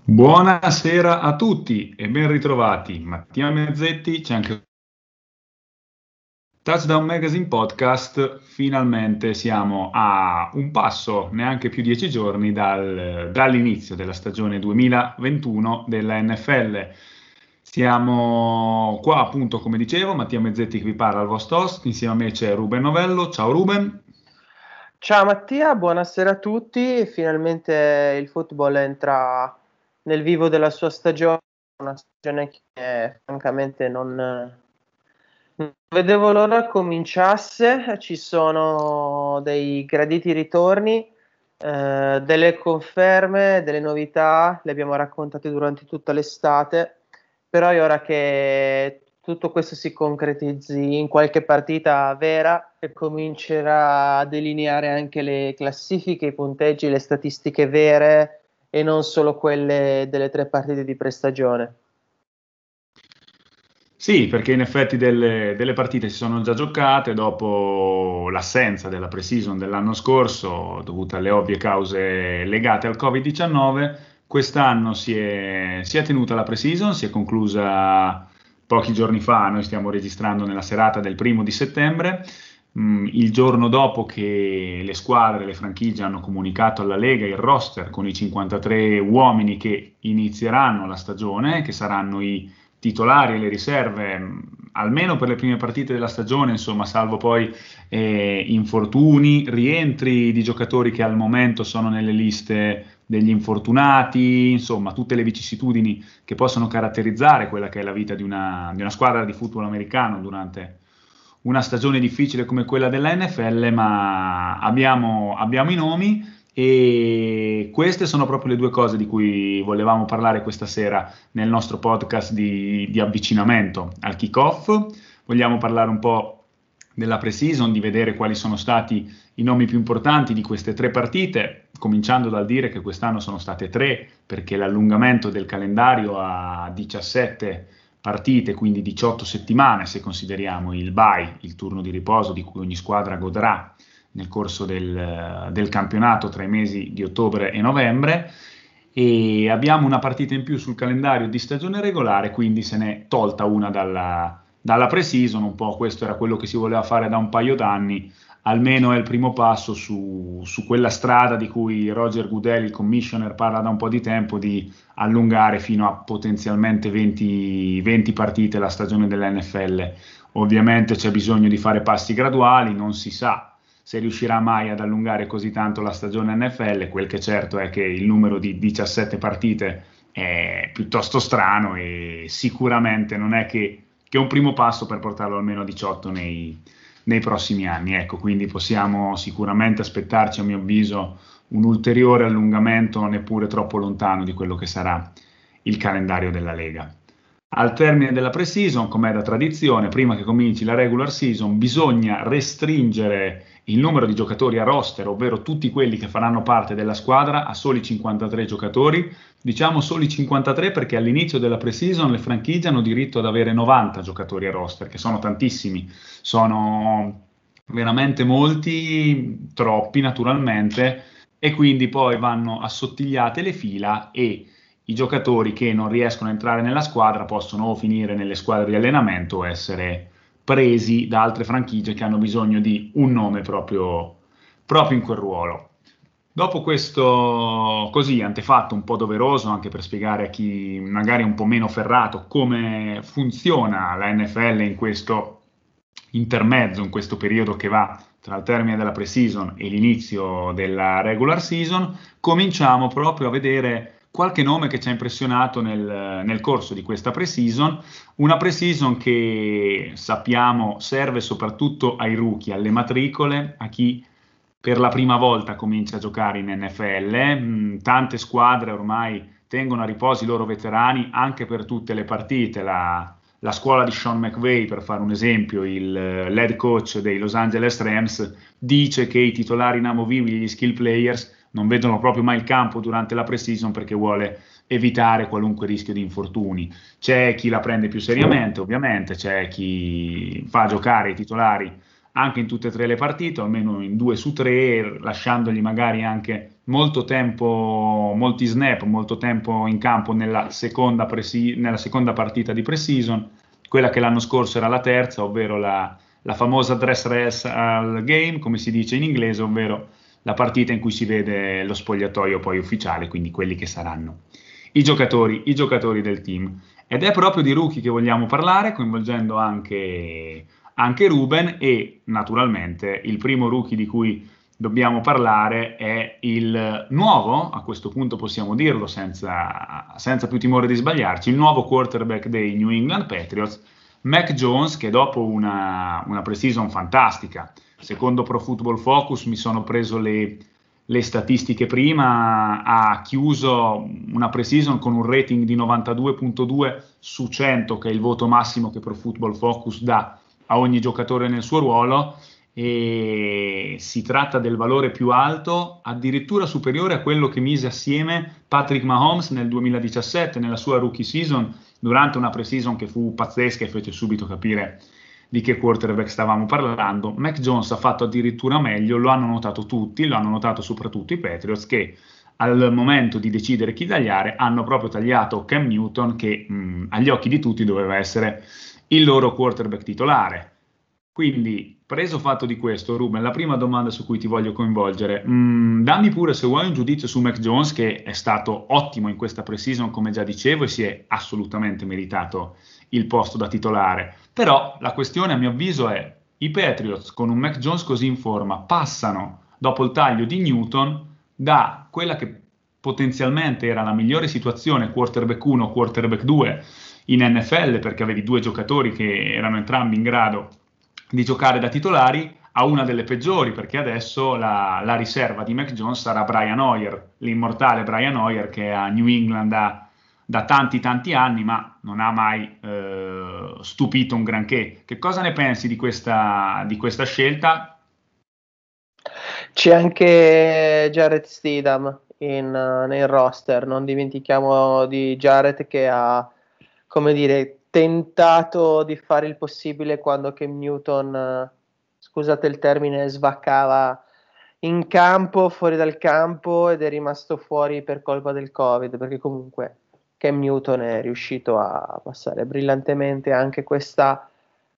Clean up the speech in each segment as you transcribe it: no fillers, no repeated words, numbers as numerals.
Buonasera a tutti e ben ritrovati. Mattia Mezzetti, c'è anche Touchdown Magazine Podcast. Finalmente siamo a un passo, neanche più 10 giorni, dall'inizio della stagione 2021 della NFL. Siamo qua appunto, come dicevo, Mattia Mezzetti che vi parla al vostro host, insieme a me c'è Ruben Novello. Ciao Ruben. Ciao Mattia, buonasera a tutti. Finalmente il football entra nel vivo della sua stagione, una stagione che francamente non vedevo l'ora cominciasse. Ci sono dei graditi ritorni, delle conferme, delle novità, le abbiamo raccontate durante tutta l'estate, però è ora che tutto questo si concretizzi in qualche partita vera e comincerà a delineare anche le classifiche, i punteggi, le statistiche vere e non solo quelle delle 3 partite di prestagione. Sì, perché in effetti delle partite si sono già giocate dopo l'assenza della pre-season dell'anno scorso, dovuta alle ovvie cause legate al Covid-19. Quest'anno si è tenuta la pre-season, si è conclusa pochi giorni fa. Noi stiamo registrando nella serata del 1° di settembre, il giorno dopo che le squadre, le franchigie hanno comunicato alla Lega il roster con i 53 uomini che inizieranno la stagione, che saranno i titolari e le riserve, almeno per le prime partite della stagione, insomma, salvo poi infortuni, rientri di giocatori che al momento sono nelle liste degli infortunati, insomma, tutte le vicissitudini che possono caratterizzare quella che è la vita di una squadra di football americano durante una stagione difficile come quella della NFL, ma abbiamo i nomi. E queste sono proprio le due cose di cui volevamo parlare questa sera nel nostro podcast di avvicinamento al kickoff. Vogliamo parlare un po' della pre-season, di vedere quali sono stati i nomi più importanti di queste 3 partite, cominciando dal dire che quest'anno sono state 3, perché l'allungamento del calendario a 17 partite, quindi 18 settimane, se consideriamo il bye, il turno di riposo di cui ogni squadra godrà nel corso del campionato tra i mesi di ottobre e novembre, e abbiamo una partita in più sul calendario di stagione regolare, quindi se n'è tolta una dalla pre-season. Un po' questo era quello che si voleva fare da un paio d'anni, almeno è il primo passo su quella strada di cui Roger Goodell, il commissioner, parla da un po' di tempo, di allungare fino a potenzialmente 20 partite la stagione dell'NFL. Ovviamente c'è bisogno di fare passi graduali, non si sa se riuscirà mai ad allungare così tanto la stagione NFL. Quel che è certo è che il numero di 17 partite è piuttosto strano e sicuramente non è che un primo passo per portarlo almeno a 18 nei prossimi anni. Ecco, quindi possiamo sicuramente aspettarci, a mio avviso, un ulteriore allungamento neppure troppo lontano di quello che sarà il calendario della Lega. Al termine della pre-season, come è da tradizione, prima che cominci la regular season, bisogna restringere il numero di giocatori a roster, ovvero tutti quelli che faranno parte della squadra, a soli 53 giocatori. Diciamo soli 53 perché all'inizio della pre-season le franchigie hanno diritto ad avere 90 giocatori a roster, che sono tantissimi, sono veramente molti, troppi naturalmente, e quindi poi vanno assottigliate le fila e i giocatori che non riescono a entrare nella squadra possono o finire nelle squadre di allenamento o essere presi da altre franchigie che hanno bisogno di un nome proprio in quel ruolo. Dopo questo così antefatto un po' doveroso, anche per spiegare a chi magari è un po' meno ferrato come funziona la NFL in questo intermezzo, in questo periodo che va tra il termine della pre-season e l'inizio della regular season, cominciamo proprio a vedere qualche nome che ci ha impressionato nel corso di questa pre-season. Una pre-season che sappiamo serve soprattutto ai rookie, alle matricole, a chi per la prima volta comincia a giocare in NFL. Tante squadre ormai tengono a riposo i loro veterani anche per tutte le partite. La scuola di Sean McVay, per fare un esempio, l'head coach dei Los Angeles Rams, dice che i titolari inamovibili, gli skill players, non vedono proprio mai il campo durante la pre-season perché vuole evitare qualunque rischio di infortuni. C'è chi la prende più seriamente, ovviamente, c'è chi fa giocare i titolari anche in tutte e 3 le partite, almeno in 2 su 3, lasciandogli magari anche molti snap, molto tempo in campo nella seconda partita di pre-season, quella che l'anno scorso era la terza, ovvero la famosa dress rehearsal game, come si dice in inglese, ovvero la partita in cui si vede lo spogliatoio poi ufficiale, quindi quelli che saranno i giocatori del team. Ed è proprio di rookie che vogliamo parlare, coinvolgendo anche Ruben, e naturalmente il primo rookie di cui dobbiamo parlare è il nuovo, a questo punto possiamo dirlo senza più timore di sbagliarci, il nuovo quarterback dei New England Patriots, Mac Jones, che dopo una pre-season fantastica, secondo Pro Football Focus, mi sono preso le statistiche prima, ha chiuso una pre-season con un rating di 92.2 su 100, che è il voto massimo che Pro Football Focus dà a ogni giocatore nel suo ruolo, e si tratta del valore più alto, addirittura superiore a quello che mise assieme Patrick Mahomes nel 2017, nella sua rookie season, durante una pre-season che fu pazzesca e fece subito capire di che quarterback stavamo parlando. Mac Jones ha fatto addirittura meglio, lo hanno notato tutti, lo hanno notato soprattutto i Patriots, che al momento di decidere chi tagliare hanno proprio tagliato Cam Newton, che agli occhi di tutti doveva essere il loro quarterback titolare. Quindi, preso fatto di questo, Ruben, la prima domanda su cui ti voglio coinvolgere, dammi pure se vuoi un giudizio su Mac Jones, che è stato ottimo in questa pre-season, come già dicevo, e si è assolutamente meritato il posto da titolare. Però la questione, a mio avviso, è: i Patriots con un Mac Jones così in forma passano, dopo il taglio di Newton, da quella che potenzialmente era la migliore situazione, quarterback 1, quarterback 2 in NFL, perché avevi due giocatori che erano entrambi in grado di giocare da titolari, a una delle peggiori, perché adesso la riserva di Mac Jones sarà Brian Hoyer, l'immortale Brian Hoyer, che è a New England da tanti anni, ma non ha mai stupito un granché. Che cosa ne pensi di questa scelta? C'è anche Jared Stidham nel roster, non dimentichiamo di Jared, che ha, come dire, tentato di fare il possibile quando Cam Newton, scusate il termine, svaccava in campo, fuori dal campo, ed è rimasto fuori per colpa del Covid, perché comunque Cam Newton è riuscito a passare brillantemente anche questa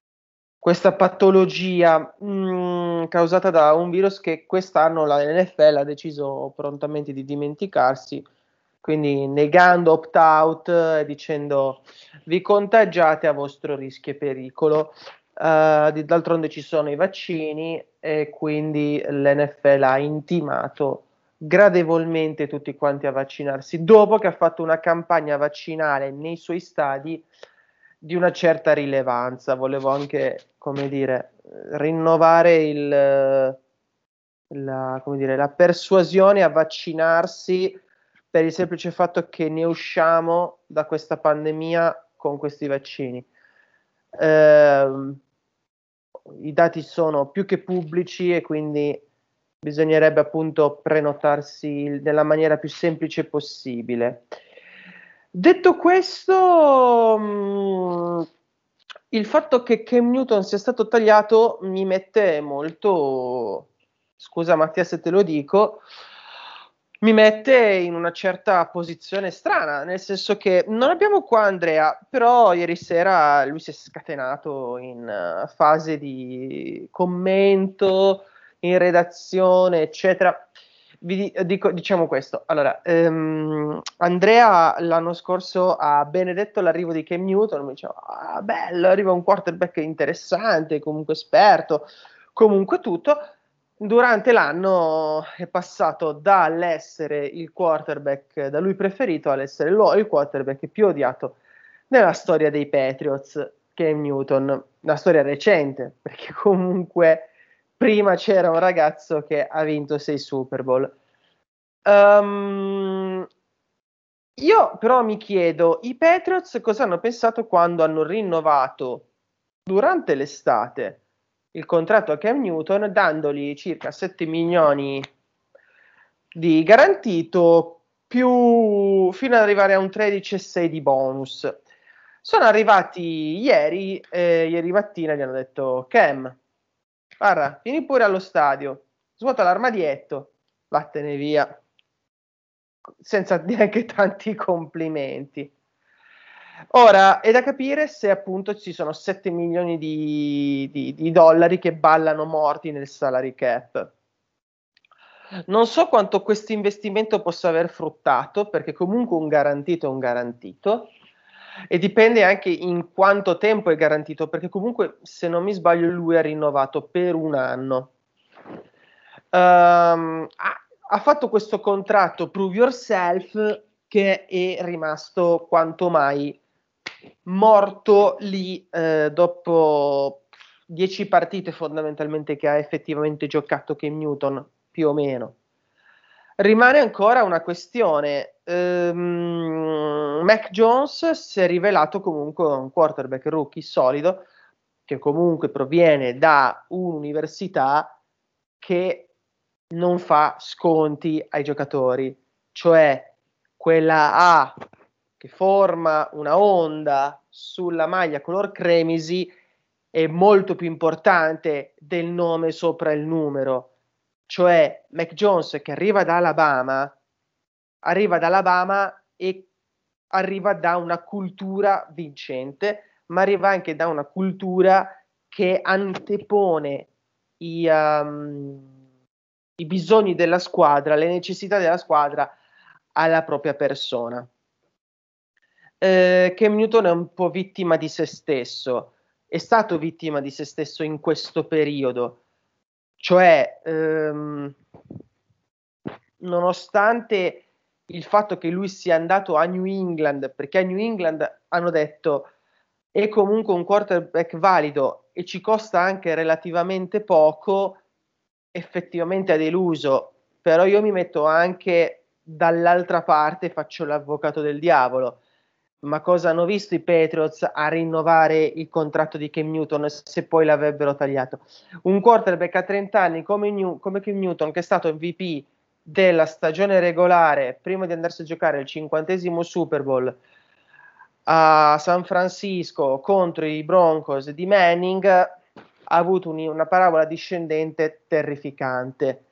patologia causata da un virus che quest'anno la NFL ha deciso prontamente di dimenticarsi, quindi negando opt-out, dicendo: vi contagiate a vostro rischio e pericolo. D'altronde ci sono i vaccini, e quindi l'NFL ha intimato gradevolmente tutti quanti a vaccinarsi, dopo che ha fatto una campagna vaccinale nei suoi stadi di una certa rilevanza. Volevo anche, come dire, rinnovare la persuasione a vaccinarsi, per il semplice fatto che ne usciamo da questa pandemia con questi vaccini. I dati sono più che pubblici, e quindi bisognerebbe appunto prenotarsi nella maniera più semplice possibile. Detto questo, il fatto che Cam Newton sia stato tagliato mi mette molto, scusa Mattia se te lo dico, mi mette in una certa posizione strana, nel senso che non abbiamo qua Andrea, però ieri sera lui si è scatenato in fase di commento, in redazione, eccetera. Diciamo questo. Allora, Andrea l'anno scorso ha benedetto l'arrivo di Cam Newton, mi diceva: ah, bello, arriva un quarterback interessante, comunque esperto, comunque tutto. Durante l'anno è passato dall'essere il quarterback da lui preferito all'essere il quarterback più odiato nella storia dei Patriots, Cam Newton. Una storia recente, perché comunque prima c'era un ragazzo che ha vinto 6 Super Bowl. Io però mi chiedo, i Patriots cosa hanno pensato quando hanno rinnovato durante l'estate il contratto a Cam Newton, dandogli circa 7 milioni di garantito, più fino ad arrivare a un 13,6 di bonus. Sono arrivati ieri mattina, gli hanno detto: Cam, guarda, vieni pure allo stadio, svuota l'armadietto, vattene via. senza neanche tanti complimenti. Ora, è da capire se appunto ci sono 7 milioni di dollari che ballano morti nel salary cap. Non so quanto questo investimento possa aver fruttato, perché comunque un garantito è un garantito, e dipende anche in quanto tempo è garantito, perché comunque, se non mi sbaglio, lui ha rinnovato per un anno. Ha fatto questo contratto Prove Yourself che è rimasto quanto mai morto lì dopo 10 partite fondamentalmente che ha effettivamente giocato Cam Newton, più o meno. Rimane ancora una questione. Mac Jones si è rivelato comunque un quarterback rookie solido che comunque proviene da un'università che non fa sconti ai giocatori, cioè quella A che forma una onda sulla maglia color cremisi è molto più importante del nome sopra il numero. Cioè Mac Jones che arriva da Alabama e arriva da una cultura vincente, ma arriva anche da una cultura che antepone i bisogni della squadra, le necessità della squadra alla propria persona. Cam Newton è un po' vittima di se stesso, è stato vittima di se stesso in questo periodo, cioè nonostante il fatto che lui sia andato a New England, perché a New England hanno detto è comunque un quarterback valido e ci costa anche relativamente poco, effettivamente ha deluso, però io mi metto anche dall'altra parte e faccio l'avvocato del diavolo. Ma cosa hanno visto i Patriots a rinnovare il contratto di Cam Newton se poi l'avrebbero tagliato? Un quarterback a 30 anni come Cam Newton, che è stato MVP della stagione regolare prima di andarsi a giocare il 50° Super Bowl a San Francisco contro i Broncos di Manning, ha avuto una parabola discendente terrificante.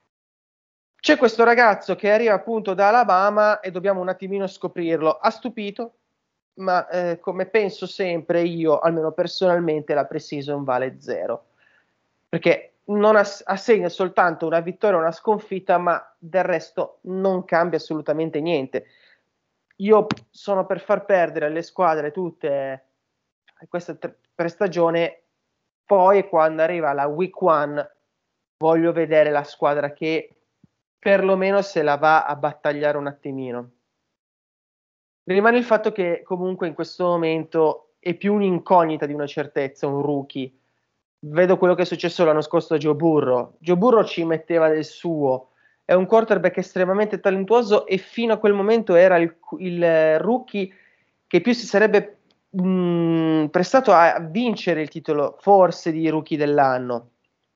C'è questo ragazzo che arriva appunto da Alabama e dobbiamo un attimino scoprirlo. Ha stupito, ma come penso sempre io, almeno personalmente, la pre-season vale 0. Perché non assegna soltanto una vittoria o una sconfitta, ma del resto non cambia assolutamente niente. Io sono per far perdere alle squadre tutte questa prestagione, poi quando arriva la week 1 voglio vedere la squadra che perlomeno se la va a battagliare un attimino. Rimane il fatto che comunque in questo momento è più un'incognita di una certezza, un rookie. Vedo quello che è successo l'anno scorso a Joe Burrow. Joe Burrow ci metteva del suo, è un quarterback estremamente talentuoso e fino a quel momento era il rookie che più si sarebbe prestato a vincere il titolo forse di rookie dell'anno.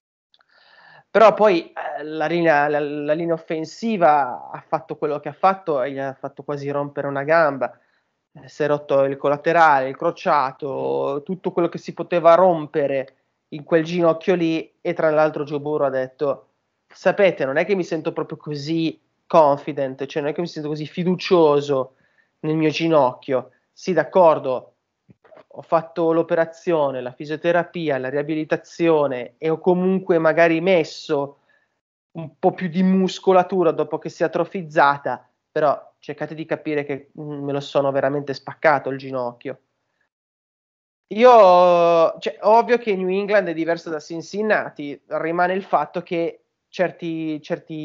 Però poi la linea offensiva ha fatto quello che ha fatto e gli ha fatto quasi rompere una gamba. Si è rotto il collaterale, il crociato, tutto quello che si poteva rompere in quel ginocchio lì. E tra l'altro Joe Burrow ha detto: sapete, non è che mi sento proprio così confident, cioè non è che mi sento così fiducioso nel mio ginocchio. Sì, d'accordo, ho fatto l'operazione, la fisioterapia, la riabilitazione e ho comunque magari messo un po' più di muscolatura dopo che si è atrofizzata, però cercate di capire che me lo sono veramente spaccato il ginocchio. Cioè, ovvio che New England è diverso da Cincinnati, rimane il fatto che certi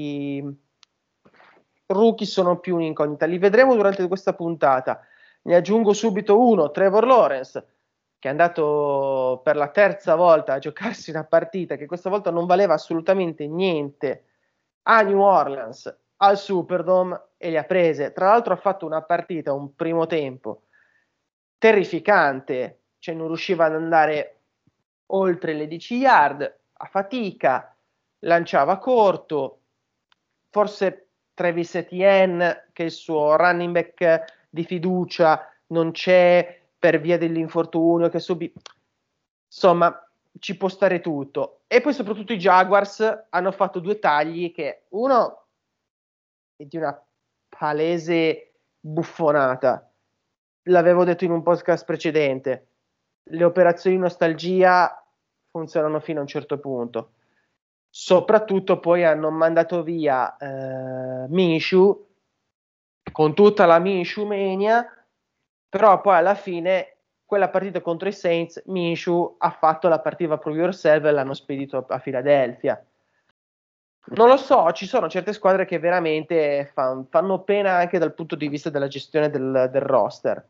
rookie sono più un'incognita. Li vedremo durante questa puntata. Ne aggiungo subito uno, Trevor Lawrence, che è andato per la terza volta a giocarsi una partita che questa volta non valeva assolutamente niente a New Orleans, al Superdome, e le ha prese. Tra l'altro ha fatto una partita, un primo tempo terrificante, cioè non riusciva ad andare oltre le 10 yard, a fatica, lanciava corto, forse Travis Etienne, che è il suo running back di fiducia, non c'è per via dell'infortunio che subì. Insomma, ci può stare tutto. E poi soprattutto i Jaguars hanno fatto 2 tagli che uno è di una palese buffonata. L'avevo detto in un podcast precedente, le operazioni nostalgia funzionano fino a un certo punto. Soprattutto poi hanno mandato via Minshew con tutta la Minshew mania, però poi alla fine quella partita contro i Saints Minshew ha fatto la partita prove yourself e l'hanno spedito a Philadelphia. Non lo so, ci sono certe squadre che veramente fanno pena anche dal punto di vista della gestione del roster.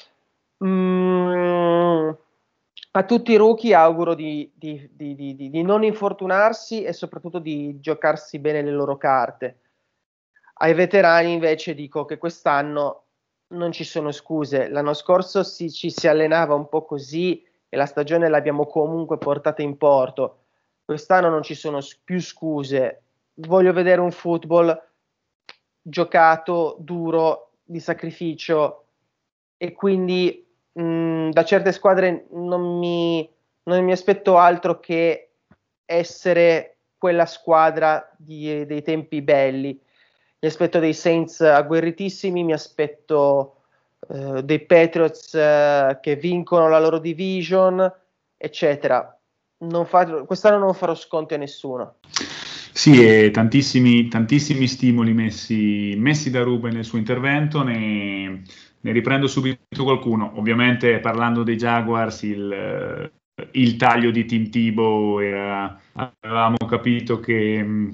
A tutti i rookie auguro di non infortunarsi e soprattutto di giocarsi bene le loro carte. Ai veterani invece dico che quest'anno non ci sono scuse. L'anno scorso ci si allenava un po' così e la stagione l'abbiamo comunque portata in porto. Quest'anno non ci sono più scuse. Voglio vedere un football giocato, duro, di sacrificio, e quindi da certe squadre non mi aspetto altro che essere quella squadra dei tempi belli. Mi aspetto dei Saints agguerritissimi, mi aspetto dei Patriots che vincono la loro division, eccetera. Quest'anno non farò sconti a nessuno. Sì, e tantissimi stimoli messi da Ruben nel suo intervento, ne riprendo subito qualcuno. Ovviamente parlando dei Jaguars, il taglio di Tim Tebow avevamo capito che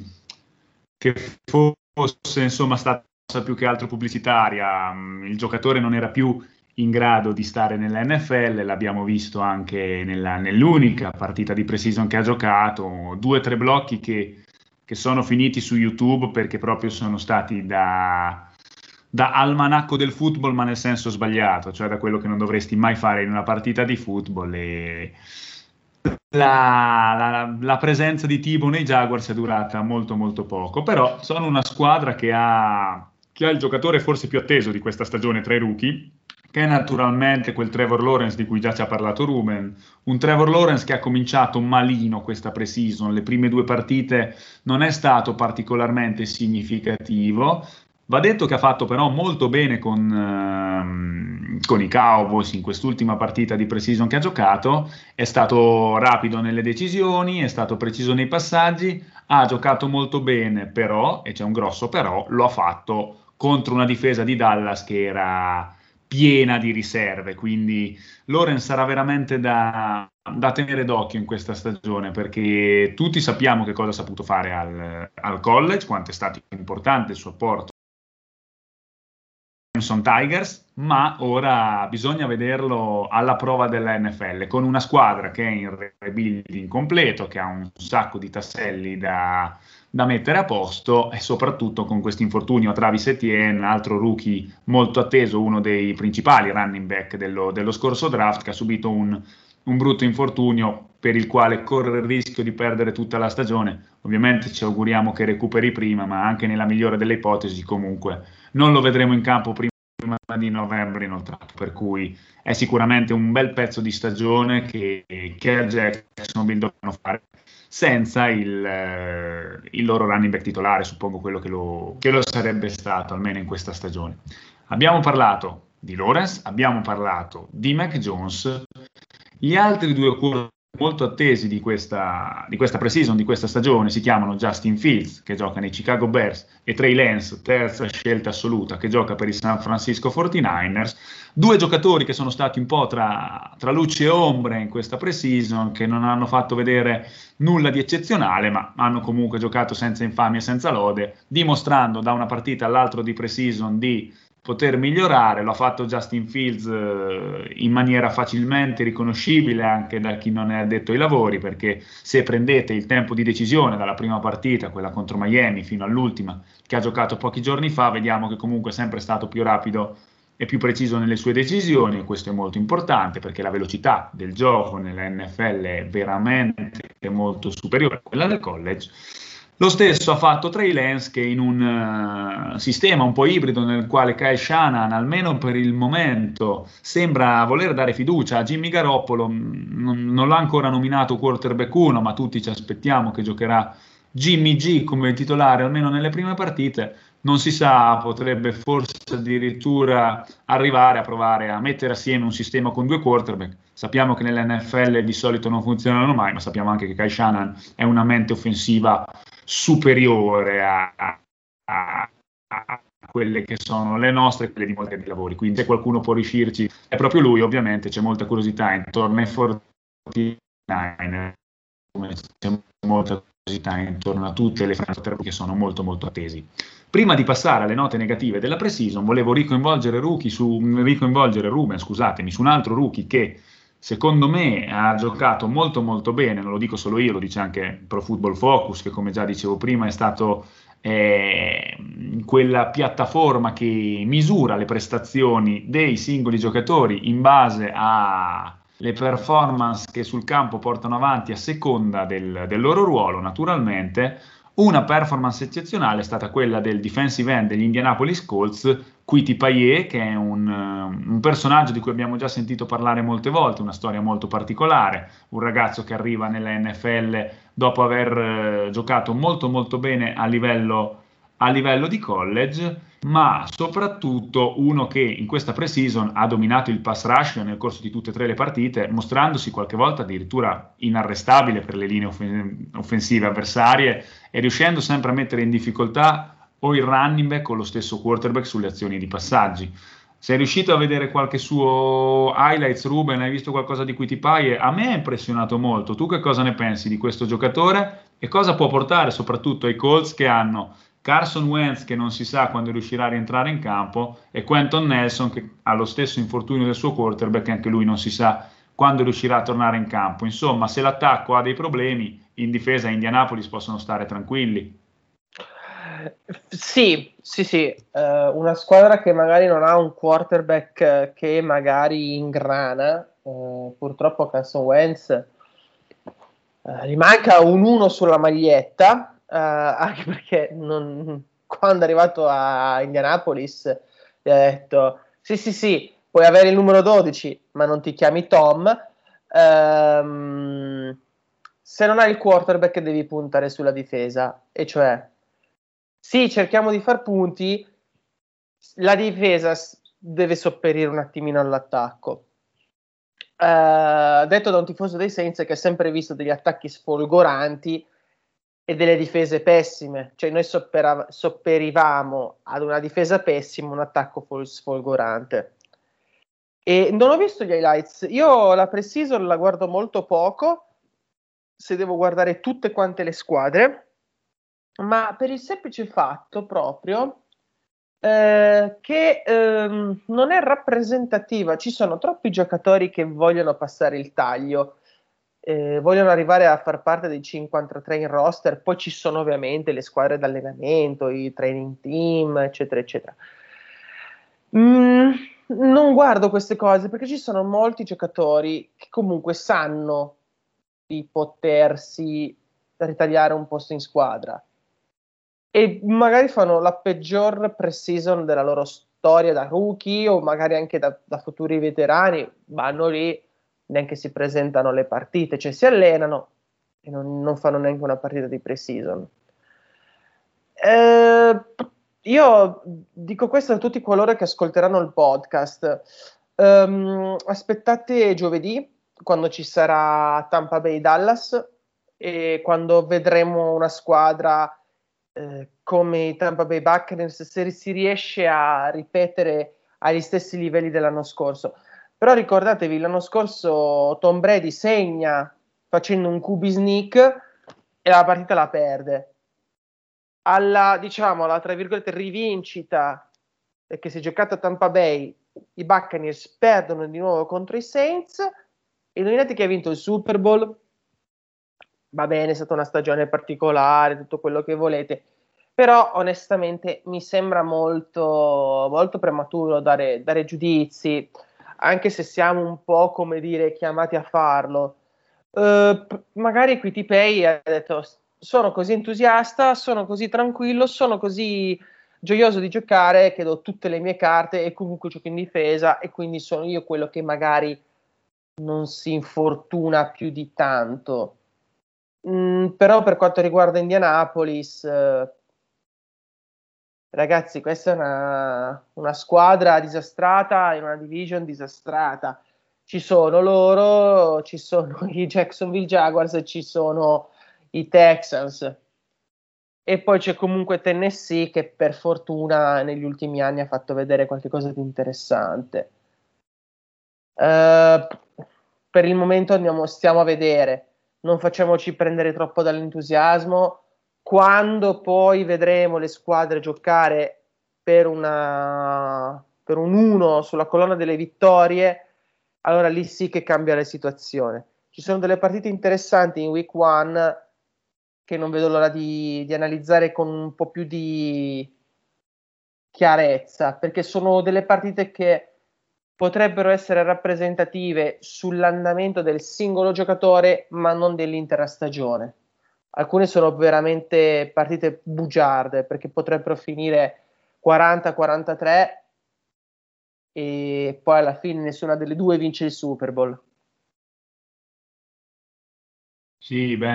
fosse insomma stata più che altro pubblicitaria. Il giocatore non era più in grado di stare nella NFL, l'abbiamo visto anche nell'unica partita di pre-season che ha giocato, 2 o 3 blocchi che sono finiti su YouTube perché proprio sono stati da almanacco del football, ma nel senso sbagliato, cioè da quello che non dovresti mai fare in una partita di football. E la presenza di Tebow nei Jaguars è durata molto molto poco, però sono una squadra che ha il giocatore forse più atteso di questa stagione tra i rookie, che è naturalmente quel Trevor Lawrence di cui già ci ha parlato Ruben, un Trevor Lawrence che ha cominciato malino questa pre-season, le prime 2 partite non è stato particolarmente significativo. Va detto che ha fatto però molto bene con i Cowboys in quest'ultima partita di pre-season che ha giocato, è stato rapido nelle decisioni, è stato preciso nei passaggi, ha giocato molto bene però, e c'è un grosso però, lo ha fatto contro una difesa di Dallas che era piena di riserve, quindi Lawrence sarà veramente da tenere d'occhio in questa stagione, perché tutti sappiamo che cosa ha saputo fare al college, quanto è stato importante il suo apporto Clemson Tigers, ma ora bisogna vederlo alla prova della NFL, con una squadra che è in rebuilding completo, che ha un sacco di tasselli da mettere a posto, e soprattutto con questo infortunio a Travis Etienne, altro rookie molto atteso, uno dei principali running back dello scorso draft, che ha subito un brutto infortunio per il quale corre il rischio di perdere tutta la stagione. Ovviamente ci auguriamo che recuperi prima, ma anche nella migliore delle ipotesi comunque non lo vedremo in campo prima di novembre inoltrato, per cui è sicuramente un bel pezzo di stagione che a Jacksonville dovranno fare senza il loro running back titolare, suppongo quello che lo sarebbe stato almeno in questa stagione. Abbiamo parlato di Lawrence, abbiamo parlato di Mac Jones, gli altri 2 molto attesi di questa pre-season, di questa stagione, si chiamano Justin Fields, che gioca nei Chicago Bears, e Trey Lance, terza scelta assoluta, che gioca per i San Francisco 49ers. 2 giocatori che sono stati un po' tra luci e ombre in questa pre-season, che non hanno fatto vedere nulla di eccezionale, ma hanno comunque giocato senza infamia e senza lode, dimostrando da una partita all'altra di pre-season di poter migliorare. Lo ha fatto Justin Fields in maniera facilmente riconoscibile anche da chi non è addetto ai lavori, perché se prendete il tempo di decisione dalla prima partita, quella contro Miami, fino all'ultima che ha giocato pochi giorni fa, vediamo che comunque è sempre stato più rapido e più preciso nelle sue decisioni, e questo è molto importante perché la velocità del gioco nella NFL è veramente molto superiore a quella del college. Lo stesso ha fatto Trey Lance, che in un sistema un po' ibrido nel quale Kyle Shanahan, almeno per il momento, sembra voler dare fiducia a Jimmy Garoppolo, non l'ha ancora nominato quarterback 1, ma tutti ci aspettiamo che giocherà Jimmy G come titolare, almeno nelle prime partite, non si sa, potrebbe forse addirittura arrivare a provare a mettere assieme un sistema con 2 quarterback. Sappiamo che nell'NFL di solito non funzionano mai, ma sappiamo anche che Kyle Shanahan è una mente offensiva superiore a quelle che sono le nostre, quelle di molti altri lavori. Quindi se qualcuno può riuscirci, è proprio lui. Ovviamente c'è molta curiosità intorno ai 49ers, come c'è molta curiosità intorno a tutte le franchigie che sono molto molto attesi. Prima di passare alle note negative della pre-season, volevo ricoinvolgere Ruben, scusatemi, su un altro rookie che secondo me ha giocato molto molto bene, non lo dico solo io, lo dice anche Pro Football Focus, che come già dicevo prima è stato quella piattaforma che misura le prestazioni dei singoli giocatori in base alle performance che sul campo portano avanti a seconda del loro ruolo, naturalmente. Una performance eccezionale è stata quella del defensive end degli Indianapolis Colts, Kwity Paye, che è un personaggio di cui abbiamo già sentito parlare molte volte, una storia molto particolare, un ragazzo che arriva nella NFL dopo aver giocato molto molto bene a livello di college, ma soprattutto uno che in questa pre-season ha dominato il pass rush nel corso di tutte e tre le partite, mostrandosi qualche volta addirittura inarrestabile per le linee offensive avversarie e riuscendo sempre a mettere in difficoltà o il running back o lo stesso quarterback sulle azioni di passaggi. Sei riuscito a vedere qualche suo highlights, Ruben? Hai visto qualcosa di Kwity Paye? A me ha impressionato molto. Tu che cosa ne pensi di questo giocatore e cosa può portare soprattutto ai Colts che hanno Carson Wentz che non si sa quando riuscirà a rientrare in campo e Quentin Nelson che ha lo stesso infortunio del suo quarterback e anche lui non si sa quando riuscirà a tornare in campo. Insomma, se l'attacco ha dei problemi, in difesa a Indianapolis possono stare tranquilli. Sì, sì, sì, una squadra che magari non ha un quarterback che magari ingrana, purtroppo Carson Wentz gli manca un 1 sulla maglietta, anche perché quando è arrivato a Indianapolis gli ha detto sì, sì, sì, puoi avere il numero 12, ma non ti chiami Tom. Se non hai il quarterback devi puntare sulla difesa, e cioè sì, cerchiamo di far punti, la difesa deve sopperire un attimino all'attacco. Detto da un tifoso dei Saints che ha sempre visto degli attacchi sfolgoranti e delle difese pessime, cioè noi sopperivamo ad una difesa pessima un attacco sfolgorante. E non ho visto gli highlights, io la pre-season la guardo molto poco, se devo guardare tutte quante le squadre, ma per il semplice fatto proprio che non è rappresentativa. Ci sono troppi giocatori che vogliono passare il taglio, vogliono arrivare a far parte dei 53 in roster, poi ci sono ovviamente le squadre d'allenamento, i training team, eccetera, eccetera. Non guardo queste cose perché ci sono molti giocatori che comunque sanno di potersi ritagliare un posto in squadra e magari fanno la peggior pre-season della loro storia da rookie o magari anche da futuri veterani, vanno lì, neanche si presentano alle partite, cioè si allenano e non fanno neanche una partita di pre-season. Io dico questo a tutti coloro che ascolteranno il podcast. Aspettate giovedì, quando ci sarà Tampa Bay Dallas e quando vedremo una squadra come i Tampa Bay Buccaneers, se si riesce a ripetere agli stessi livelli dell'anno scorso. Però ricordatevi, l'anno scorso Tom Brady segna facendo un QB sneak e la partita la perde. Alla, diciamo, alla tra virgolette rivincita che si è giocata a Tampa Bay, i Buccaneers perdono di nuovo contro i Saints e indovinate chi ha vinto il Super Bowl? Va bene, è stata una stagione particolare, tutto quello che volete, però onestamente mi sembra molto, molto prematuro dare giudizi, anche se siamo un po', come dire, chiamati a farlo. Magari Kwity Paye ha detto sono così entusiasta, sono così tranquillo, sono così gioioso di giocare che do tutte le mie carte e comunque gioco in difesa e quindi sono io quello che magari non si infortuna più di tanto. Però per quanto riguarda Indianapolis, ragazzi, questa è una squadra disastrata in una division disastrata. Ci sono loro, ci sono i Jacksonville Jaguars e ci sono i Texans. E poi c'è comunque Tennessee che per fortuna negli ultimi anni ha fatto vedere qualcosa di interessante. Per il momento stiamo a vedere, non facciamoci prendere troppo dall'entusiasmo. Quando poi vedremo le squadre giocare per un 1 sulla colonna delle vittorie, allora lì sì che cambia la situazione. Ci sono delle partite interessanti in week 1 che non vedo l'ora di analizzare con un po' più di chiarezza, perché sono delle partite che potrebbero essere rappresentative sull'andamento del singolo giocatore, ma non dell'intera stagione. Alcune sono veramente partite bugiarde, perché potrebbero finire 40-43 e poi alla fine nessuna delle due vince il Super Bowl. Sì, beh,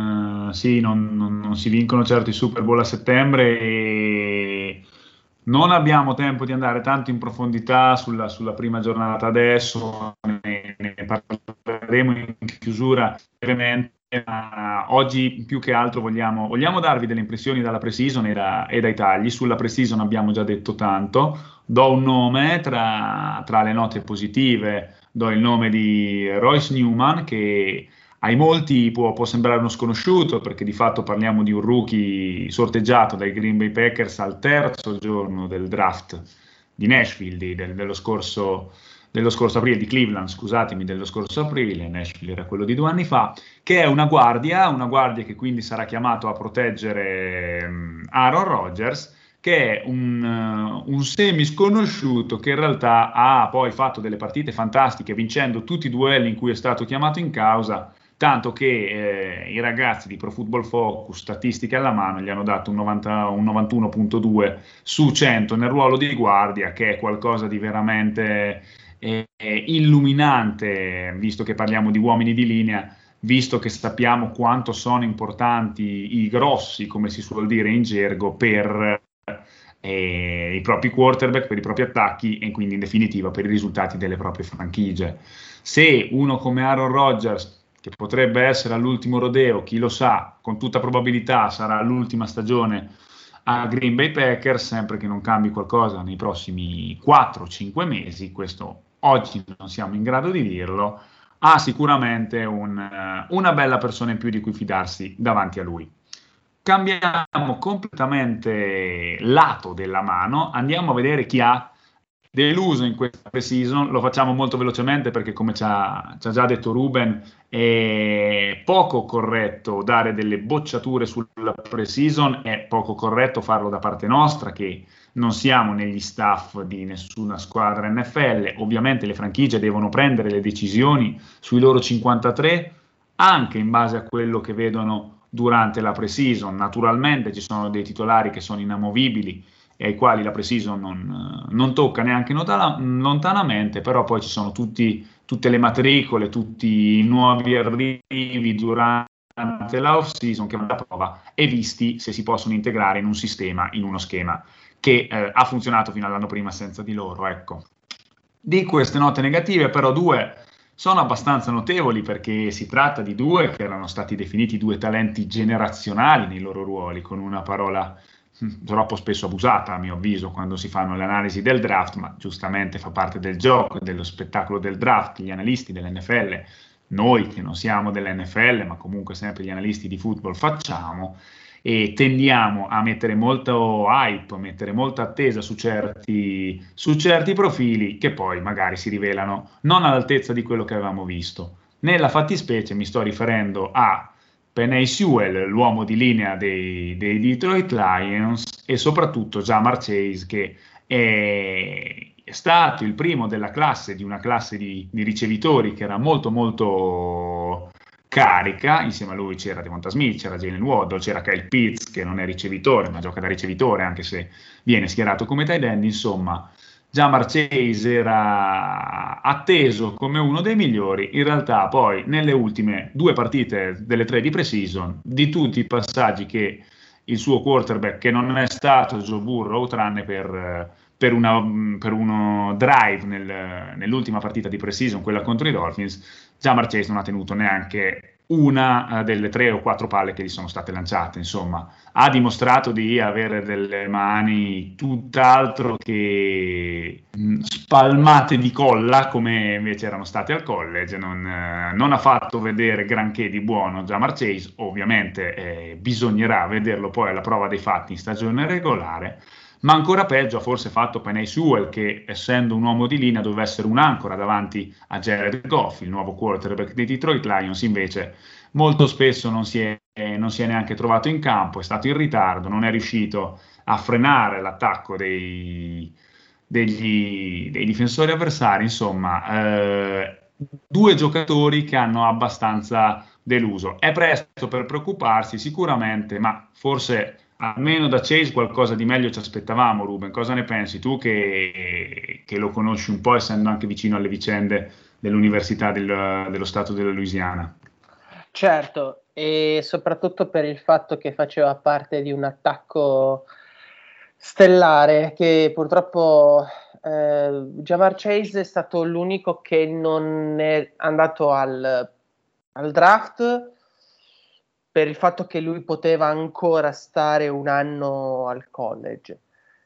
non si vincono certo i Super Bowl a settembre e non abbiamo tempo di andare tanto in profondità sulla prima giornata adesso, ne parleremo in chiusura brevemente, ma oggi più che altro vogliamo darvi delle impressioni dalla pre-season e dai tagli. Sulla pre-season abbiamo già detto tanto, do un nome tra le note positive, do il nome di Royce Newman che ai molti può sembrare uno sconosciuto perché di fatto parliamo di un rookie sorteggiato dai Green Bay Packers al terzo giorno del draft di Nashville dello scorso aprile, di Cleveland, scusatemi, dello scorso aprile, Nashville era quello di 2 anni fa, che è una guardia che quindi sarà chiamato a proteggere Aaron Rodgers, che è un semi sconosciuto che in realtà ha poi fatto delle partite fantastiche, vincendo tutti i duelli in cui è stato chiamato in causa, tanto che i ragazzi di Pro Football Focus, statistiche alla mano, gli hanno dato un 91.2 su 100 nel ruolo di guardia, che è qualcosa di veramente illuminante, visto che parliamo di uomini di linea, visto che sappiamo quanto sono importanti i grossi, come si suol dire in gergo, per i propri quarterback, per i propri attacchi e quindi in definitiva per i risultati delle proprie franchigie. Se uno come Aaron Rodgers, che potrebbe essere all'ultimo rodeo, chi lo sa, con tutta probabilità sarà l'ultima stagione a Green Bay Packers, sempre che non cambi qualcosa nei prossimi 4-5 mesi, questo oggi non siamo in grado di dirlo, ha sicuramente una bella persona in più di cui fidarsi davanti a lui. Cambiamo completamente lato della mano, andiamo a vedere chi ha deluso in questa pre-season. Lo facciamo molto velocemente perché, come ci ha già detto Ruben, è poco corretto dare delle bocciature sulla pre-season, è poco corretto farlo da parte nostra, che non siamo negli staff di nessuna squadra NFL. Ovviamente le franchigie devono prendere le decisioni sui loro 53 anche in base a quello che vedono durante la pre-season. Naturalmente ci sono dei titolari che sono inamovibili e ai quali la pre-season non tocca neanche lontanamente, però poi ci sono tutte le matricole, tutti i nuovi arrivi durante la off-season che vanno alla prova e visti se si possono integrare in un sistema, in uno schema che ha funzionato fino all'anno prima senza di loro. Ecco. Di queste note negative, però due sono abbastanza notevoli perché si tratta di due che erano stati definiti due talenti generazionali nei loro ruoli, con una parola troppo spesso abusata a mio avviso quando si fanno le analisi del draft, ma giustamente fa parte del gioco, dello spettacolo del draft. Gli analisti dell'NFL, noi che non siamo dell'NFL, ma comunque sempre gli analisti di football facciamo, e tendiamo a mettere molto hype, a mettere molta attesa su certi profili che poi magari si rivelano non all'altezza di quello che avevamo visto. Nella fattispecie mi sto riferendo a Penei Sewell, l'uomo di linea dei Detroit Lions, e soprattutto Ja'Marr Chase, che è stato il primo della classe, di una classe di ricevitori che era molto molto carica. Insieme a lui c'era Devonta Smith, c'era Jalen Waddle, c'era Kyle Pitts che non è ricevitore ma gioca da ricevitore anche se viene schierato come tight end. Insomma, Jamar Chase era atteso come uno dei migliori, in realtà poi nelle ultime 2 partite delle 3 di pre-season, di tutti i passaggi che il suo quarterback, che non è stato Joe Burrow, tranne per uno drive nell'ultima partita di pre-season, quella contro i Dolphins, Jamar Chase non ha tenuto neanche una delle 3 o 4 palle che gli sono state lanciate, insomma ha dimostrato di avere delle mani tutt'altro che spalmate di colla come invece erano state al college. Non ha fatto vedere granché di buono Jamar Chase, ovviamente bisognerà vederlo poi alla prova dei fatti in stagione regolare, ma ancora peggio ha forse fatto Penei Sewell, che essendo un uomo di linea doveva essere un'ancora davanti a Jared Goff, il nuovo quarterback dei Detroit Lions. Invece molto spesso non si è neanche trovato in campo, è stato in ritardo, non è riuscito a frenare l'attacco dei difensori avversari. Insomma, 2 giocatori che hanno abbastanza deluso. È presto per preoccuparsi sicuramente, ma forse almeno da Chase qualcosa di meglio ci aspettavamo. Ruben, cosa ne pensi tu che lo conosci un po', essendo anche vicino alle vicende dell'Università dello Stato della Louisiana? Certo, e soprattutto per il fatto che faceva parte di un attacco stellare che purtroppo Jamar Chase è stato l'unico che non è andato al draft per il fatto che lui poteva ancora stare un anno al college.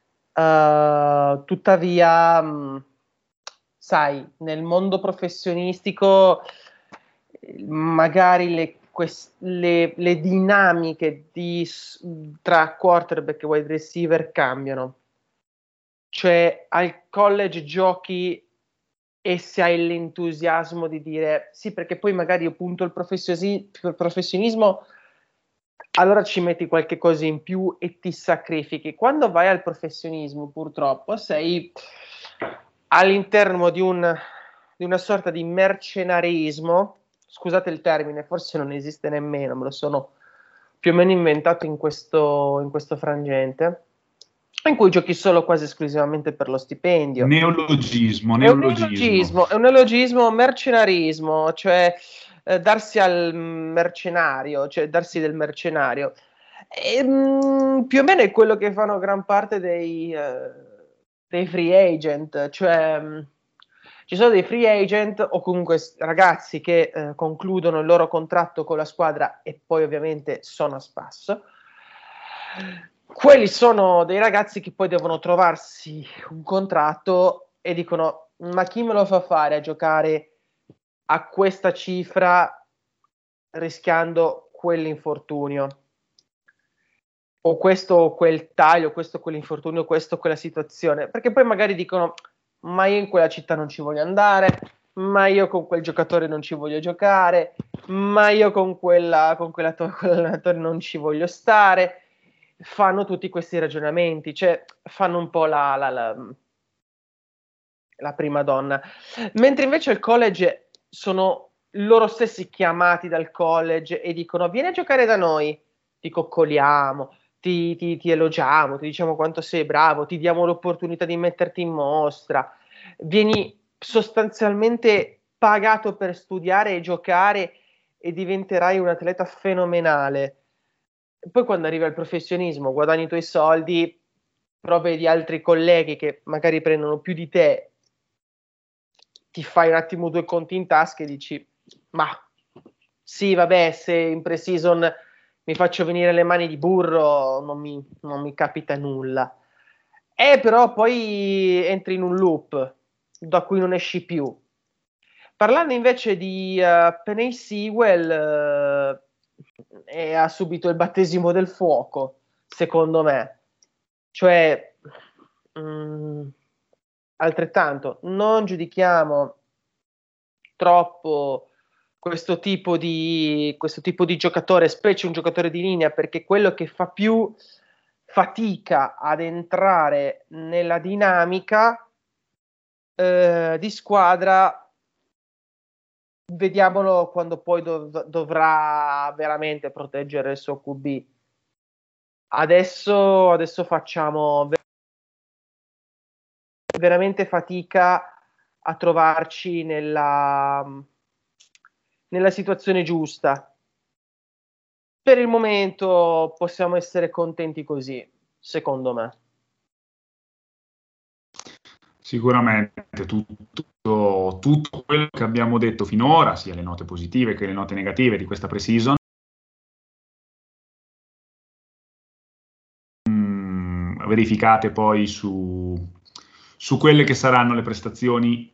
Tuttavia, sai, nel mondo professionistico magari le dinamiche tra quarterback e wide receiver cambiano. Cioè, al college giochi e se hai l'entusiasmo di dire sì, perché poi magari io punto il professionismo, allora ci metti qualche cosa in più e ti sacrifichi. Quando vai al professionismo, purtroppo, sei all'interno di una sorta di mercenarismo. Scusate il termine, forse non esiste nemmeno, me lo sono più o meno inventato in questo frangente, in cui giochi solo quasi esclusivamente per lo stipendio. Neologismo, È un neologismo. neologismo, è un neologismo mercenarismo, cioè darsi al mercenario, cioè darsi del mercenario. E, più o meno è quello che fanno gran parte dei free agent, cioè ci sono dei free agent o comunque ragazzi che concludono il loro contratto con la squadra e poi ovviamente sono a spasso. Quelli sono dei ragazzi che poi devono trovarsi un contratto e dicono: ma chi me lo fa fare a giocare a questa cifra rischiando quell'infortunio? O questo o quel taglio, questo o quell'infortunio, questo o quella situazione, perché poi magari dicono: ma io in quella città non ci voglio andare, ma io con quel giocatore non ci voglio giocare, ma io con quell'allenatore non ci voglio stare. Fanno tutti questi ragionamenti, cioè fanno un po' la prima donna, mentre invece al college sono loro stessi chiamati dal college e dicono: vieni a giocare da noi, ti coccoliamo, ti elogiamo, ti diciamo quanto sei bravo, ti diamo l'opportunità di metterti in mostra, vieni sostanzialmente pagato per studiare e giocare e diventerai un atleta fenomenale. Poi quando arriva il professionismo, guadagni i tuoi soldi, però vedi altri colleghi che magari prendono più di te, ti fai un attimo 2 conti in tasca e dici: ma sì, vabbè, se in pre-season mi faccio venire le mani di burro, non mi capita nulla. Però poi entri in un loop da cui non esci più. Parlando invece di Penei Sewell, ha subito il battesimo del fuoco, secondo me. Cioè, mh, altrettanto, non giudichiamo troppo questo tipo di giocatore, specie un giocatore di linea, perché quello che fa più fatica ad entrare nella dinamica di squadra. Vediamolo quando poi dovrà veramente proteggere il suo QB. Adesso facciamo veramente fatica a trovarci nella situazione giusta. Per il momento possiamo essere contenti così, secondo me. Sicuramente tutto quello che abbiamo detto finora, sia le note positive che le note negative di questa pre-season, verificate poi su quelle che saranno le prestazioni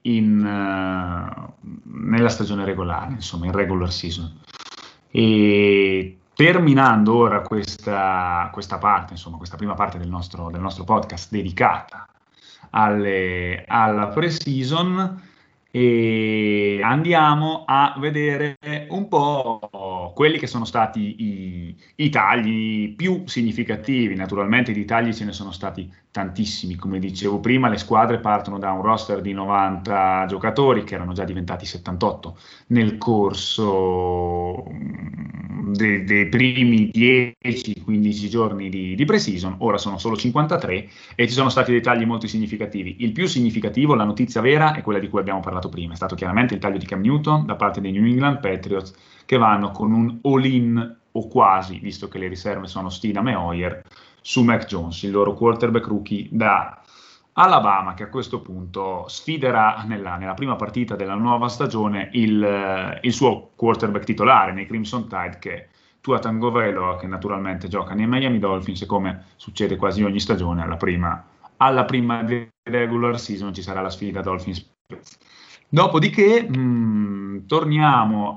nella stagione regolare, insomma, in regular season. E terminando ora questa parte, insomma, questa prima parte del nostro podcast dedicata alla pre-season, e andiamo a vedere un po' quelli che sono stati i tagli più significativi. Naturalmente di tagli ce ne sono stati tantissimi, come dicevo prima, le squadre partono da un roster di 90 giocatori che erano già diventati 78 nel corso dei primi 10-15 giorni di pre-season. Ora sono solo 53 e ci sono stati dei tagli molto significativi. Il più significativo, la notizia vera, è quella di cui abbiamo parlato prima, è stato chiaramente il taglio di Cam Newton da parte dei New England Patriots, che vanno con un all-in o quasi, visto che le riserve sono Steedham e Hoyer, su Mac Jones, il loro quarterback rookie da Alabama, che a questo punto sfiderà nella prima partita della nuova stagione il suo quarterback titolare nei Crimson Tide, che è Tua Tagovailoa, che naturalmente gioca nei Miami Dolphins, e come succede quasi ogni stagione, alla prima regular season ci sarà la sfida Dolphins. Dopodiché torniamo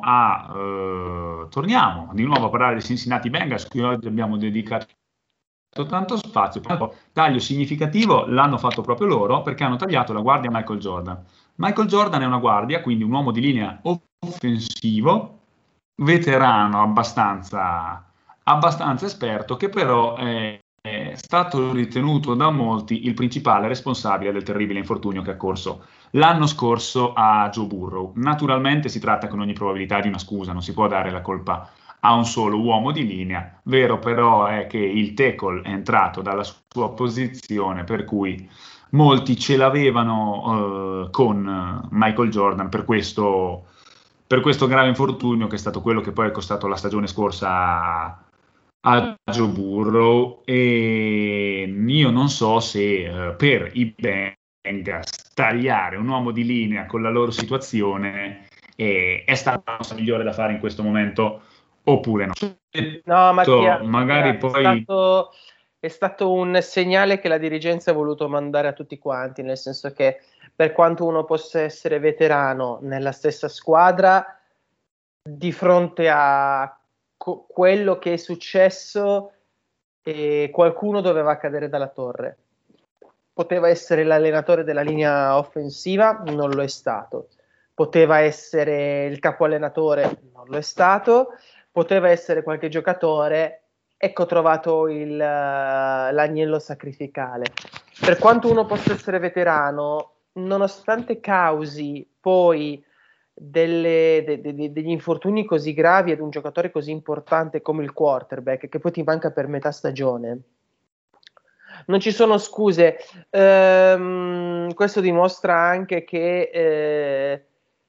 di nuovo a parlare dei Cincinnati Bengals, cui oggi abbiamo dedicato tanto spazio. Taglio significativo l'hanno fatto proprio loro, perché hanno tagliato la guardia Michael Jordan. Michael Jordan è una guardia, quindi un uomo di linea offensivo, veterano abbastanza esperto, che però è stato ritenuto da molti il principale responsabile del terribile infortunio che ha corso l'anno scorso a Joe Burrow. Naturalmente si tratta con ogni probabilità di una scusa, non si può dare la colpa a un solo uomo di linea. Vero però è che il tackle è entrato dalla sua posizione, per cui molti ce l'avevano con Michael Jordan per questo grave infortunio, che è stato quello che poi è costato la stagione scorsa a Joe Burrow. E io non so se per i Bengals tagliare un uomo di linea con la loro situazione è stata la cosa migliore da fare in questo momento oppure no. No, Mattia, Magari poi è stato un segnale che la dirigenza ha voluto mandare a tutti quanti, nel senso che per quanto uno possa essere veterano nella stessa squadra, di fronte a quello che è successo, qualcuno doveva cadere dalla torre. Poteva essere l'allenatore della linea offensiva, non lo è stato. Poteva essere il capo allenatore, non lo è stato. Poteva essere qualche giocatore, ecco trovato l'agnello sacrificale. Per quanto uno possa essere veterano, nonostante causi poi degli infortuni così gravi ad un giocatore così importante come il quarterback, che poi ti manca per metà stagione, non ci sono scuse. Questo dimostra anche che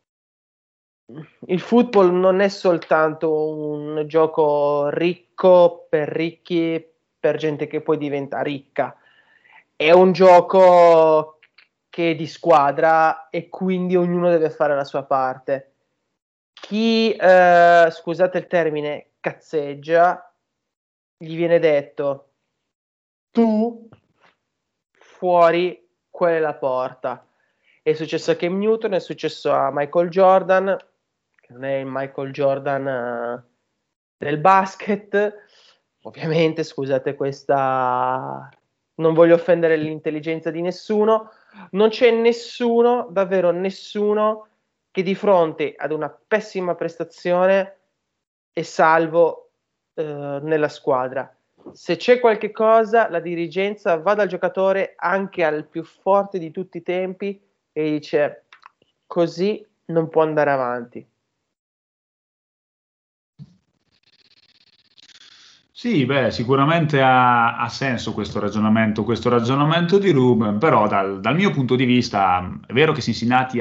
il football non è soltanto un gioco ricco per ricchi, per gente che poi diventa ricca. È un gioco che è di squadra e quindi ognuno deve fare la sua parte. Chi, scusate il termine, cazzeggia, gli viene detto: tu fuori, quella è la porta. È successo a Cam Newton, è successo a Michael Jordan, che non è il Michael Jordan del basket. Ovviamente, scusate questa, non voglio offendere l'intelligenza di nessuno, non c'è nessuno, davvero nessuno, che di fronte ad una pessima prestazione è salvo nella squadra. Se c'è qualche cosa, la dirigenza va dal giocatore, anche al più forte di tutti i tempi, e dice: così non può andare avanti. Sì, beh, sicuramente ha senso questo ragionamento di Ruben, però dal mio punto di vista è vero che Cincinnati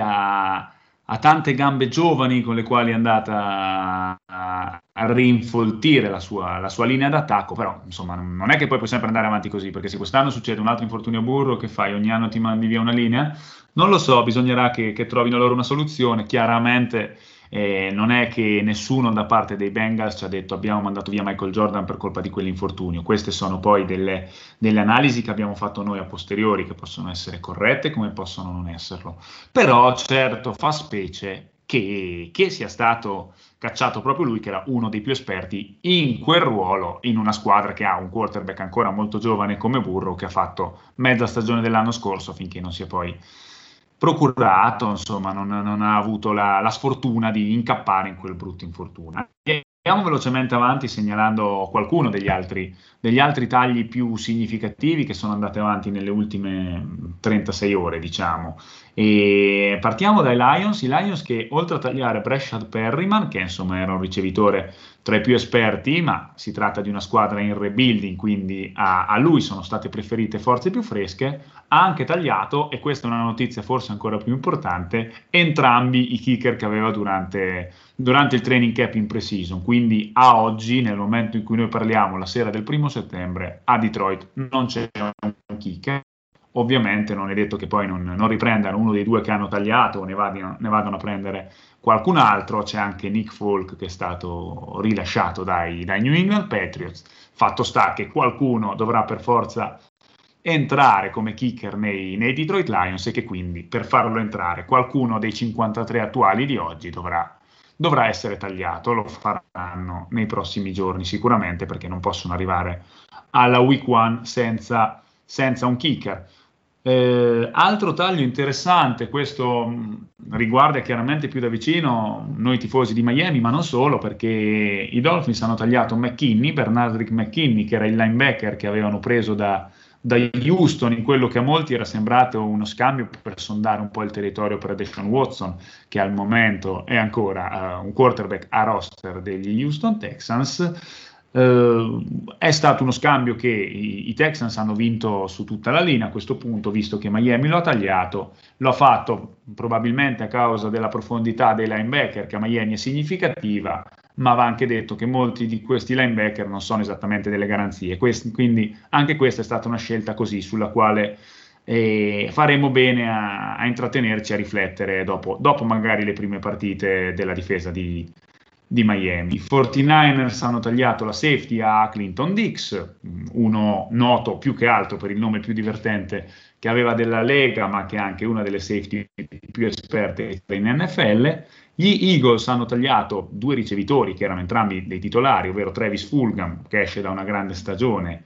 ha tante gambe giovani con le quali è andata a rinfoltire la sua linea d'attacco, però insomma non è che poi puoi sempre andare avanti così, perché se quest'anno succede un altro infortunio burro, che fai? Ogni anno ti mandi via una linea? Non lo so, bisognerà che trovino loro una soluzione. Chiaramente non è che nessuno da parte dei Bengals ci ha detto abbiamo mandato via Michael Jordan per colpa di quell'infortunio. Queste sono poi delle analisi che abbiamo fatto noi a posteriori, che possono essere corrette come possono non esserlo. Però certo fa specie che sia stato cacciato proprio lui, che era uno dei più esperti in quel ruolo, in una squadra che ha un quarterback ancora molto giovane come Burrow, che ha fatto mezza stagione dell'anno scorso finché non si è poi procurato, insomma, non ha avuto la sfortuna di incappare in quel brutto infortunio. Andiamo velocemente avanti segnalando qualcuno degli altri tagli più significativi che sono andati avanti nelle ultime 36 ore, diciamo. E partiamo dai Lions, i Lions che oltre a tagliare Breshad Perryman, che insomma era un ricevitore tra i più esperti, ma si tratta di una squadra in rebuilding, quindi a lui sono state preferite forze più fresche, ha anche tagliato, e questa è una notizia forse ancora più importante, entrambi i kicker che aveva durante il training camp in pre-season. Quindi a oggi, nel momento in cui noi parliamo, la sera del 1° settembre, a Detroit non c'è un kicker. Ovviamente non è detto che poi non riprendano uno dei due che hanno tagliato o ne vadano a prendere qualcun altro. C'è anche Nick Folk che è stato rilasciato dai New England Patriots. Fatto sta che qualcuno dovrà per forza entrare come kicker nei Detroit Lions, e che quindi per farlo entrare qualcuno dei 53 attuali di oggi dovrà essere tagliato. Lo faranno nei prossimi giorni sicuramente, perché non possono arrivare alla week 1 senza un kicker. Altro taglio interessante, questo riguarda chiaramente più da vicino noi tifosi di Miami, ma non solo, perché i Dolphins hanno tagliato Bernardrick McKinney, che era il linebacker che avevano preso da Houston, in quello che a molti era sembrato uno scambio per sondare un po' il territorio per Deshaun Watson, che al momento è ancora un quarterback a roster degli Houston Texans. È stato uno scambio che i Texans hanno vinto su tutta la linea a questo punto, visto che Miami lo ha tagliato. Lo ha fatto probabilmente a causa della profondità dei linebacker, che a Miami è significativa, ma va anche detto che molti di questi linebacker non sono esattamente delle garanzie. Quindi anche questa è stata una scelta così, sulla quale faremo bene a intrattenerci, a riflettere dopo magari le prime partite della difesa di Miami. I 49ers hanno tagliato la safety a Clinton Dix, uno noto più che altro per il nome più divertente che aveva della Lega, ma che è anche una delle safety più esperte in NFL. Gli Eagles hanno tagliato due ricevitori che erano entrambi dei titolari, ovvero Travis Fulgham, che esce da una grande stagione,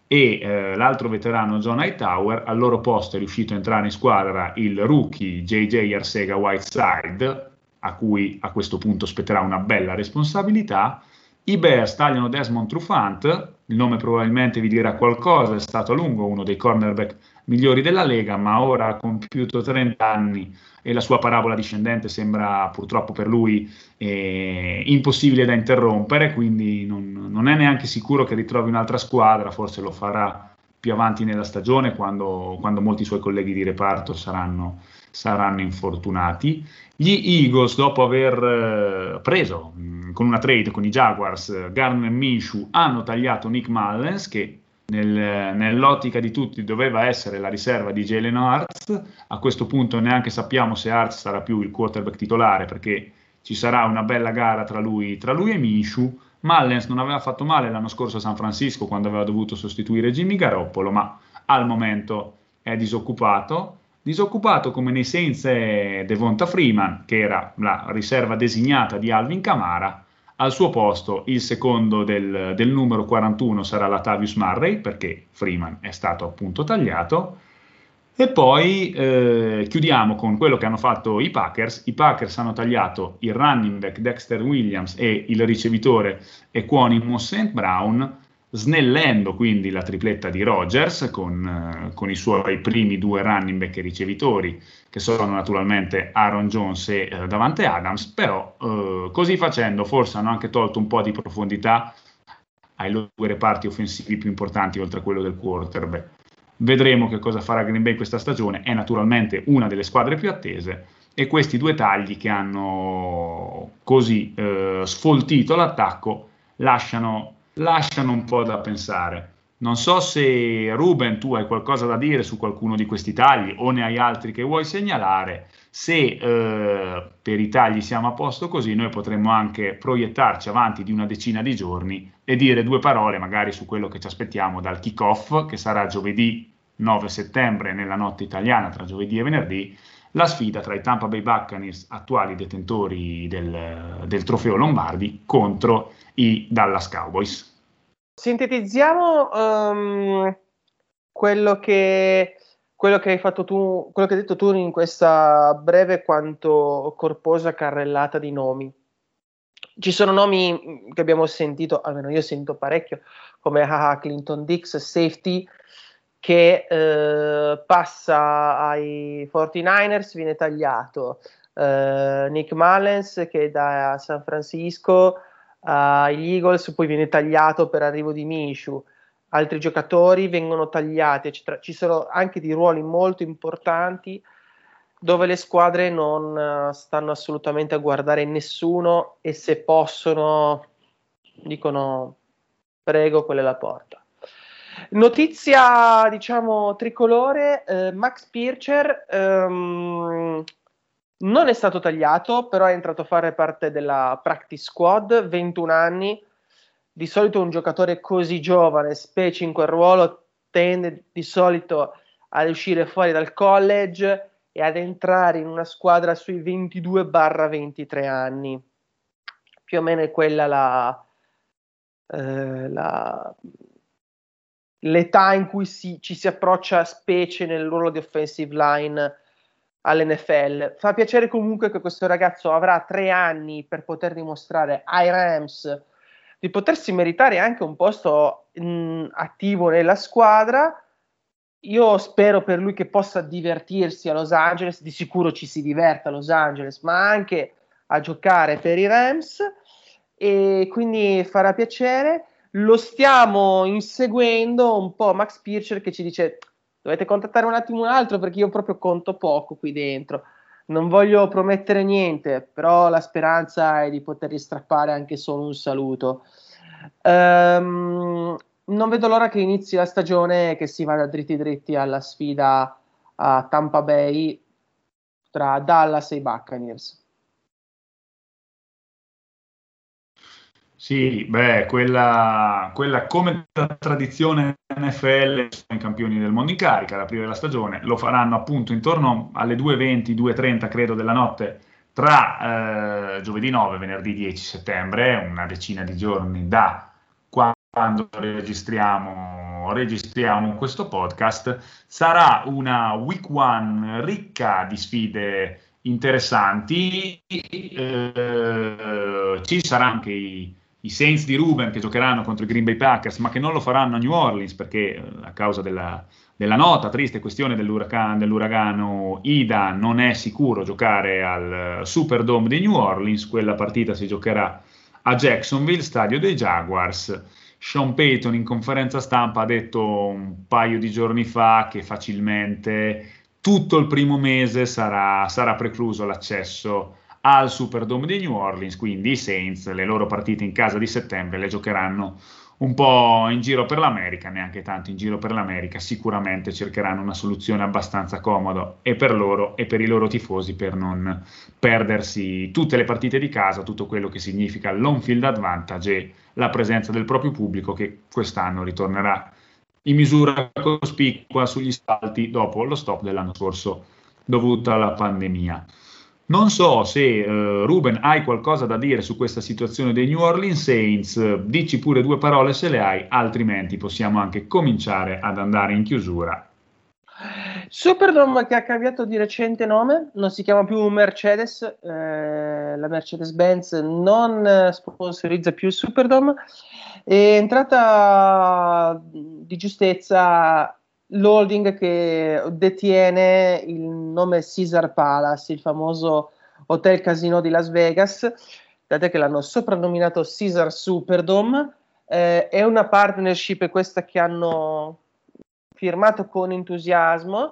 e l'altro veterano John Hightower. Al loro posto è riuscito a entrare in squadra il rookie JJ Arcega-Whiteside, a cui a questo punto spetterà una bella responsabilità. I Bears tagliano Desmond Trufant, il nome probabilmente vi dirà qualcosa, è stato a lungo uno dei cornerback migliori della Lega, ma ora ha compiuto 30 anni e la sua parabola discendente sembra purtroppo per lui impossibile da interrompere, quindi non è neanche sicuro che ritrovi un'altra squadra. Forse lo farà più avanti nella stagione, quando molti suoi colleghi di reparto saranno infortunati. Gli Eagles, dopo aver preso con una trade con i Jaguars Gardner Minshew, hanno tagliato Nick Mullens, che nell'ottica di tutti doveva essere la riserva di Jalen Hurts. A questo punto neanche sappiamo se Hurts sarà più il quarterback titolare, perché ci sarà una bella gara tra lui e Minshew. Mullens non aveva fatto male l'anno scorso a San Francisco, quando aveva dovuto sostituire Jimmy Garoppolo, ma al momento è disoccupato come nei Saints è Devonta Freeman, che era la riserva designata di Alvin Kamara. Al suo posto il secondo del numero 41 sarà Latavius Murray, perché Freeman è stato appunto tagliato. E poi chiudiamo con quello che hanno fatto i Packers. I Packers hanno tagliato il running back Dexter Williams e il ricevitore Equanimous St. Brown, snellendo quindi la tripletta di Rodgers con i suoi primi due running back e ricevitori, che sono naturalmente Aaron Jones e Davante Adams. Però così facendo forse hanno anche tolto un po' di profondità ai loro due reparti offensivi più importanti oltre a quello del quarterback. Vedremo che cosa farà Green Bay questa stagione, è naturalmente una delle squadre più attese, e questi due tagli che hanno così sfoltito l'attacco lasciano un po' da pensare. Non so se Ruben tu hai qualcosa da dire su qualcuno di questi tagli o ne hai altri che vuoi segnalare. Se per i tagli siamo a posto così, noi potremmo anche proiettarci avanti di una decina di giorni e dire due parole magari su quello che ci aspettiamo dal kick-off, che sarà giovedì 9 settembre nella notte italiana tra giovedì e venerdì, la sfida tra i Tampa Bay Buccaneers, attuali detentori del trofeo Lombardi, contro i Dallas Cowboys. Sintetizziamo quello che hai fatto tu, quello che hai detto tu in questa breve quanto corposa carrellata di nomi. Ci sono nomi che abbiamo sentito, almeno io sento parecchio, come Clinton Dix, safety, che passa ai 49ers, viene tagliato. Nick Mullens, che da San Francisco agli Eagles, poi viene tagliato per arrivo di Minshew. Altri giocatori vengono tagliati, eccetera. Ci sono anche dei ruoli molto importanti dove le squadre non stanno assolutamente a guardare nessuno e se possono dicono prego, quella è la porta. Notizia diciamo tricolore, Max Pircher non è stato tagliato, però è entrato a fare parte della practice squad, 21 anni. Di solito un giocatore così giovane, specie in quel ruolo, tende di solito ad uscire fuori dal college e ad entrare in una squadra sui 22-23 anni. Più o meno è quella l'età in cui ci si approccia, specie nel ruolo di offensive line all'NFL. Fa piacere comunque che questo ragazzo avrà 3 anni per poter dimostrare ai Rams di potersi meritare anche un posto attivo nella squadra. Io spero per lui che possa divertirsi a Los Angeles, di sicuro ci si diverte a Los Angeles, ma anche a giocare per i Rams, e quindi farà piacere. Lo stiamo inseguendo un po' Max Pircher, che ci dice dovete contattare un attimo un altro perché io proprio conto poco qui dentro, non voglio promettere niente, però la speranza è di potergli strappare anche solo un saluto. Non vedo l'ora che inizi la stagione e che si vada dritti dritti alla sfida a Tampa Bay tra Dallas e i Buccaneers. Sì, beh, quella come da tradizione NFL sono i campioni del mondo in carica ad aprire la stagione, lo faranno appunto intorno alle 2:20, 2:30 credo della notte tra giovedì 9 e venerdì 10 settembre, una decina di giorni da quando registriamo questo podcast. Sarà una week one ricca di sfide interessanti, ci saranno anche i Saints di Ruben che giocheranno contro i Green Bay Packers, ma che non lo faranno a New Orleans perché a causa della nota triste questione dell'uragano Ida non è sicuro giocare al Superdome di New Orleans. Quella partita si giocherà a Jacksonville, stadio dei Jaguars. Sean Payton in conferenza stampa ha detto un paio di giorni fa che facilmente tutto il primo mese sarà precluso l'accesso al Superdome di New Orleans, quindi i Saints le loro partite in casa di settembre le giocheranno un po' in giro per l'America, neanche tanto in giro per l'America, sicuramente cercheranno una soluzione abbastanza comoda e per loro e per i loro tifosi per non perdersi tutte le partite di casa, tutto quello che significa l'home field advantage e la presenza del proprio pubblico che quest'anno ritornerà in misura cospicua sugli spalti dopo lo stop dell'anno scorso dovuto alla pandemia. Non so se Ruben hai qualcosa da dire su questa situazione dei New Orleans Saints, dici pure due parole se le hai, altrimenti possiamo anche cominciare ad andare in chiusura. Superdome che ha cambiato di recente nome, non si chiama più Mercedes, la Mercedes-Benz non sponsorizza più il Superdome. È entrata di giustezza l'holding che detiene il nome Caesar Palace, il famoso hotel casino di Las Vegas, dato che l'hanno soprannominato Caesar Superdome. È una partnership questa che hanno firmato con entusiasmo,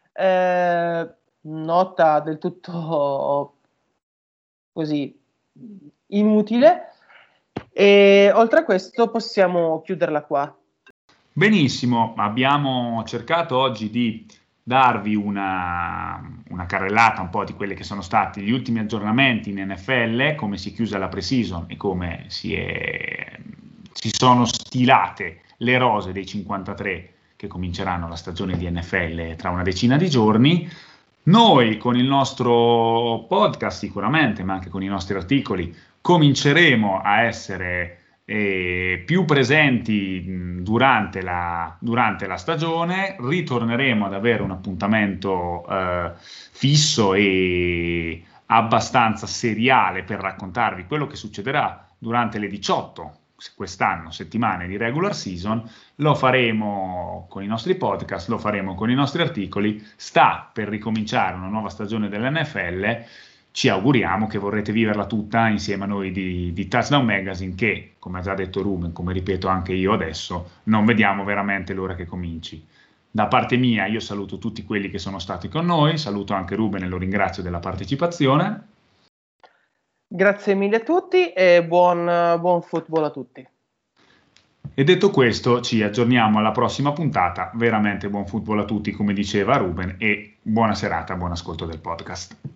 nota del tutto così inutile, e oltre a questo possiamo chiuderla qua. Benissimo, abbiamo cercato oggi di darvi una carrellata un po' di quelli che sono stati gli ultimi aggiornamenti in NFL, come si è chiusa la pre-season e come si sono stilate le rose dei 53 che cominceranno la stagione di NFL tra una decina di giorni. Noi con il nostro podcast sicuramente, ma anche con i nostri articoli, cominceremo a essere più presenti durante la stagione, ritorneremo ad avere un appuntamento fisso e abbastanza seriale per raccontarvi quello che succederà durante le 18 quest'anno settimane di regular season. Lo faremo con i nostri podcast, lo faremo con i nostri articoli. Sta per ricominciare una nuova stagione dell'NFL. Ci auguriamo che vorrete viverla tutta insieme a noi di Touchdown Magazine, che, come ha già detto Ruben, come ripeto anche io adesso, non vediamo veramente l'ora che cominci. Da parte mia io saluto tutti quelli che sono stati con noi, saluto anche Ruben e lo ringrazio della partecipazione. Grazie mille a tutti e buon football a tutti. E detto questo, ci aggiorniamo alla prossima puntata. Veramente buon football a tutti, come diceva Ruben, e buona serata, buon ascolto del podcast.